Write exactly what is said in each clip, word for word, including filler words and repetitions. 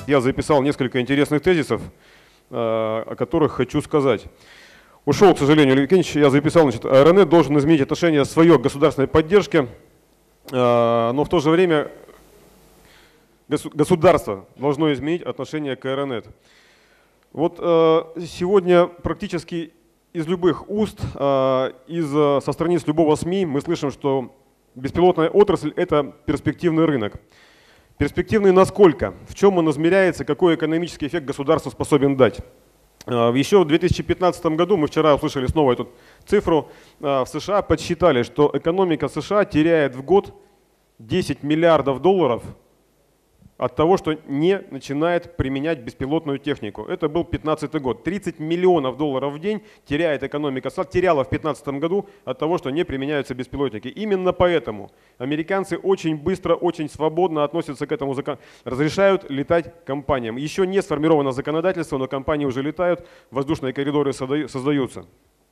Я записал несколько интересных тезисов, о которых хочу сказать. Ушел, к сожалению, Олег Евгеньевич, я записал, значит, Аэронет должен изменить отношение свое к государственной поддержке, но в то же время государство должно изменить отношение к Аэронет. Вот сегодня практически из любых уст, из, со страниц любого СМИ мы слышим, что беспилотная отрасль – это перспективный рынок. Перспективный насколько? В чем он измеряется, какой экономический эффект государство способен дать? Еще в две тысячи пятнадцатом году, мы вчера услышали снова эту цифру, в США подсчитали, что экономика США теряет в год десять миллиардов долларов от того, что не начинает применять беспилотную технику. Это был пятнадцатый год. тридцать миллионов долларов в день теряет экономика США, теряла в пятнадцатом году от того, что не применяются беспилотники. Именно поэтому американцы очень быстро, очень свободно относятся к этому закону. Разрешают летать компаниям. Еще не сформировано законодательство, но компании уже летают, воздушные коридоры создаются.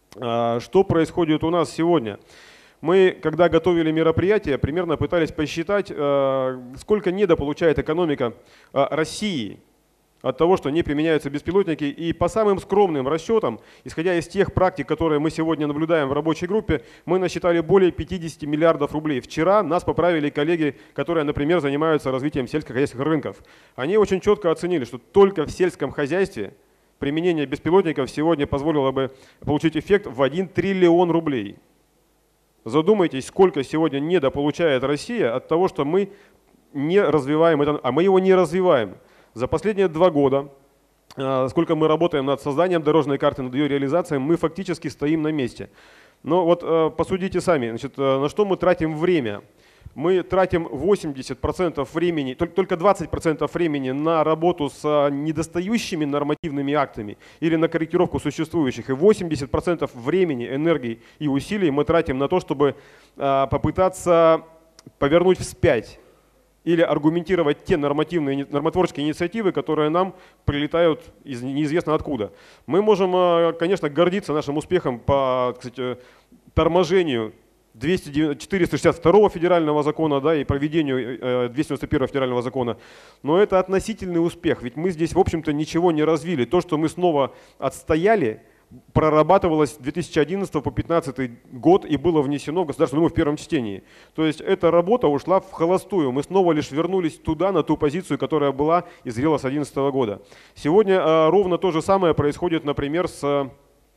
Что происходит у нас сегодня? Мы, когда готовили мероприятие, примерно пытались посчитать, сколько недополучает экономика России от того, что не применяются беспилотники. И по самым скромным расчетам, исходя из тех практик, которые мы сегодня наблюдаем в рабочей группе, мы насчитали более пятидесяти миллиардов рублей. Вчера нас поправили коллеги, которые, например, занимаются развитием сельскохозяйственных рынков. Они очень четко оценили, что только в сельском хозяйстве применение беспилотников сегодня позволило бы получить эффект в один триллион рублей. Задумайтесь, сколько сегодня недополучает Россия от того, что мы не развиваем это, а мы его не развиваем. За последние два года, сколько мы работаем над созданием дорожной карты, над ее реализацией, мы фактически стоим на месте. Но вот посудите сами, значит, на что мы тратим время. Мы тратим восемьдесят процентов времени, только двадцать процентов времени на работу с недостающими нормативными актами или на корректировку существующих, и восемьдесят процентов времени, энергии и усилий мы тратим на то, чтобы попытаться повернуть вспять или аргументировать те нормативные, нормотворческие инициативы, которые нам прилетают из неизвестно откуда. Мы можем, конечно, гордиться нашим успехом по, кстати, торможению четыреста шестьдесят второго федерального закона, да, и проведению двести девяносто первого федерального закона. Но это относительный успех, ведь мы здесь, в общем-то, ничего не развили. То, что мы снова отстояли, прорабатывалось с две тысячи одиннадцатого по две тысячи пятнадцатый год и было внесено в Государственную Думу в первом чтении. То есть эта работа ушла в холостую. Мы снова лишь вернулись туда, на ту позицию, которая была и зрела с две тысячи одиннадцатого года. Сегодня э, ровно то же самое происходит, например, с, э,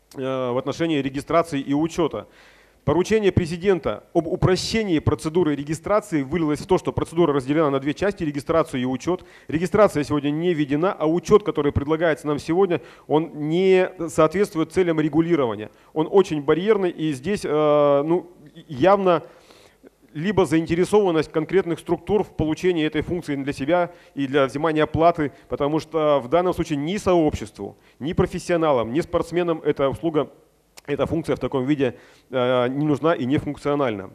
в отношении регистрации и учета. Поручение президента об упрощении процедуры регистрации вылилось в то, что процедура разделена на две части – регистрацию и учет. Регистрация сегодня не введена, а учет, который предлагается нам сегодня, он не соответствует целям регулирования. Он очень барьерный, и здесь э, ну, явно либо заинтересованность конкретных структур в получении этой функции для себя и для взимания оплаты, потому что в данном случае ни сообществу, ни профессионалам, ни спортсменам эта услуга, эта функция в таком виде э, не нужна и не функциональна.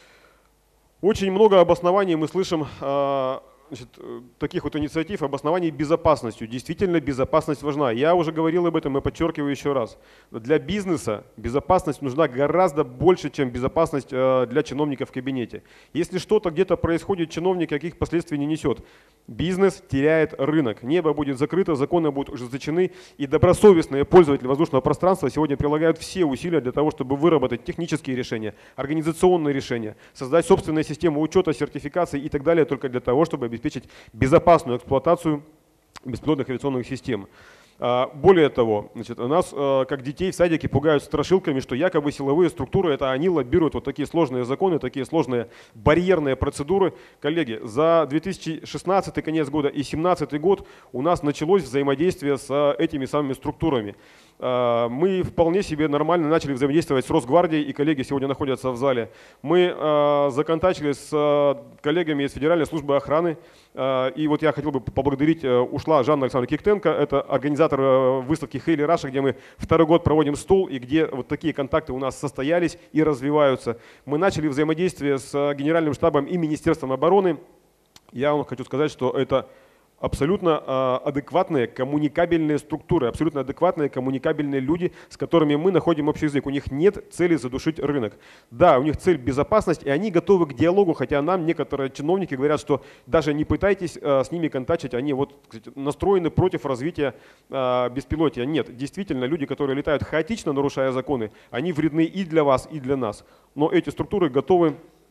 Очень много обоснований мы слышим, э, значит, таких вот инициатив, обоснований безопасностью. Действительно, безопасность важна. Я уже говорил об этом и подчеркиваю еще раз. Для бизнеса безопасность нужна гораздо больше, чем безопасность э, для чиновника в кабинете. Если что-то где-то происходит, чиновник каких последствий не несет. Бизнес теряет рынок, небо будет закрыто, законы будут ужесточены, и добросовестные пользователи воздушного пространства сегодня прилагают все усилия для того, чтобы выработать технические решения, организационные решения, создать собственные системы учета, сертификации и так далее, только для того, чтобы обеспечить безопасную эксплуатацию беспилотных авиационных систем. Более того, значит, нас, как детей в садике, пугают страшилками, что якобы силовые структуры, это они лоббируют вот такие сложные законы, такие сложные барьерные процедуры. Коллеги, за две тысячи шестнадцатый конец года и две тысячи семнадцатый год у нас началось взаимодействие с этими самыми структурами. Мы вполне себе нормально начали взаимодействовать с Росгвардией, и коллеги сегодня находятся в зале. Мы законтачили с коллегами из Федеральной службы охраны, и вот я хотел бы поблагодарить, ушла Жанна Александровна Киктенко, это организатор выставки Хейли Раша, где мы второй год проводим стол, и где вот такие контакты у нас состоялись и развиваются. Мы начали взаимодействие с Генеральным штабом и Министерством обороны. Я вам хочу сказать, что это абсолютно э, адекватные коммуникабельные структуры, абсолютно адекватные коммуникабельные люди, с которыми мы находим общий язык. У них нет цели задушить рынок. Да, у них цель безопасность, и они готовы к диалогу, хотя нам некоторые чиновники говорят, что даже не пытайтесь э, с ними контачить, они вот, кстати, настроены против развития э, беспилотия. Нет, действительно, люди, которые летают хаотично, нарушая законы, они вредны и для вас, и для нас. Но эти структуры готовы,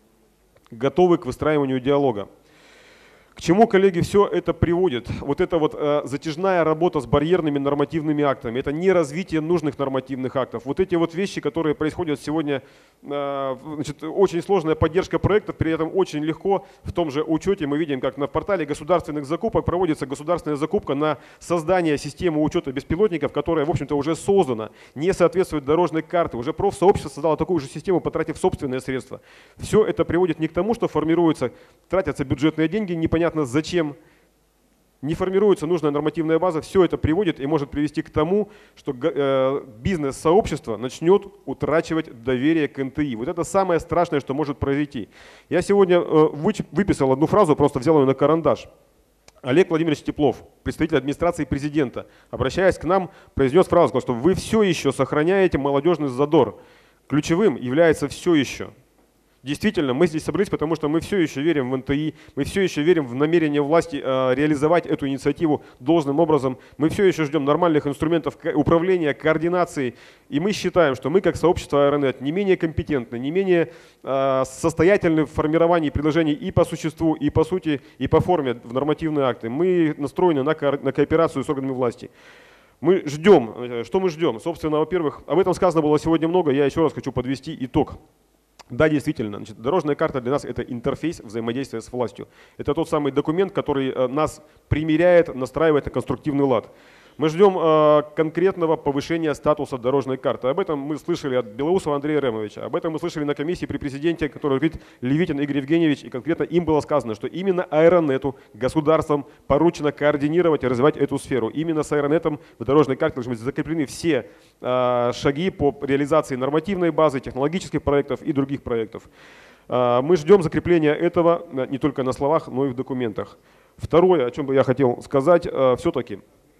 готовы к выстраиванию диалога. К чему, коллеги, все это приводит? Вот эта вот э, затяжная работа с барьерными нормативными актами, это не развитие нужных нормативных актов. Вот эти вот вещи, которые происходят сегодня, э, значит, очень сложная поддержка проектов, при этом очень легко в том же учете мы видим, как на портале государственных закупок проводится государственная закупка на создание системы учета беспилотников, которая, в общем-то, уже создана, не соответствует дорожной карте. Уже профсообщество создало такую же систему, потратив собственные средства. Все это приводит не к тому, что формируются, тратятся бюджетные деньги, непонятно зачем, не формируется нужная нормативная база, все это приводит и может привести к тому, что э, бизнес-сообщество начнет утрачивать доверие к эн тэ и. Вот это самое страшное, что может произойти. Я сегодня э, выписал одну фразу, просто взял ее на карандаш. Олег Владимирович Теплов, представитель администрации президента, обращаясь к нам, произнес фразу, что вы все еще сохраняете молодежный задор. Ключевым является все еще. Действительно, мы здесь собрались, потому что мы все еще верим в эн тэ и, мы все еще верим в намерение власти э, реализовать эту инициативу должным образом. Мы все еще ждем нормальных инструментов управления, координации. И мы считаем, что мы, как сообщество Аэронет, не менее компетентны, не менее э, состоятельны в формировании предложений и по существу, и по сути, и по форме в нормативные акты. Мы настроены на, ко на кооперацию с органами власти. Мы ждем. Что мы ждем? Собственно, во-первых, об этом сказано было сегодня много. Я еще раз хочу подвести итог. Да, действительно, значит, дорожная карта для нас – это интерфейс взаимодействия с властью. Это тот самый документ, который нас примиряет, настраивает на конструктивный лад. Мы ждем э, конкретного повышения статуса дорожной карты. Об этом мы слышали от Белоусова Андрея Ремовича, об этом мы слышали на комиссии при президенте, который говорит Левитин Игорь Евгеньевич, и конкретно им было сказано, что именно Аэронету государством поручено координировать и развивать эту сферу. Именно с Аэронетом в дорожной карте должны быть закреплены все э, шаги по реализации нормативной базы, технологических проектов и других проектов. Э, мы ждем закрепления этого не только на словах, но и в документах. Второе, о чем бы я хотел сказать, э, все-таки.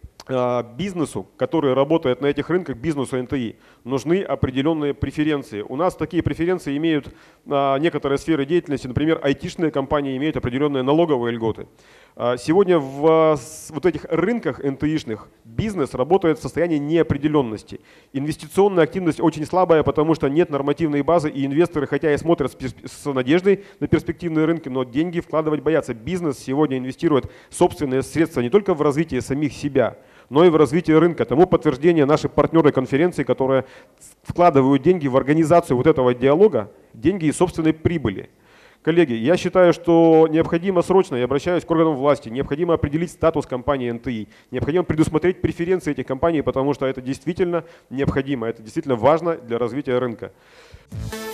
Бизнесу, который работает на этих рынках, бизнесу эн тэ и, нужны определенные преференции. У нас такие преференции имеют некоторые сферы деятельности, например, айтишные компании имеют определенные налоговые льготы. Сегодня в вот этих рынках эн тэ ишных бизнес работает в состоянии неопределенности. Инвестиционная активность очень слабая, потому что нет нормативной базы, и инвесторы, хотя и смотрят с надеждой на перспективные рынки, но деньги вкладывать боятся. Бизнес сегодня инвестирует собственные средства не только в развитие самих себя, но и в развитие рынка. Тому подтверждение наши партнеры конференции, которые вкладывают деньги в организацию вот этого диалога, деньги из собственной прибыли. Коллеги, я считаю, что необходимо срочно, я обращаюсь к органам власти, необходимо определить статус компании эн тэ и, необходимо предусмотреть преференции этих компаний, потому что это действительно необходимо, это действительно важно для развития рынка.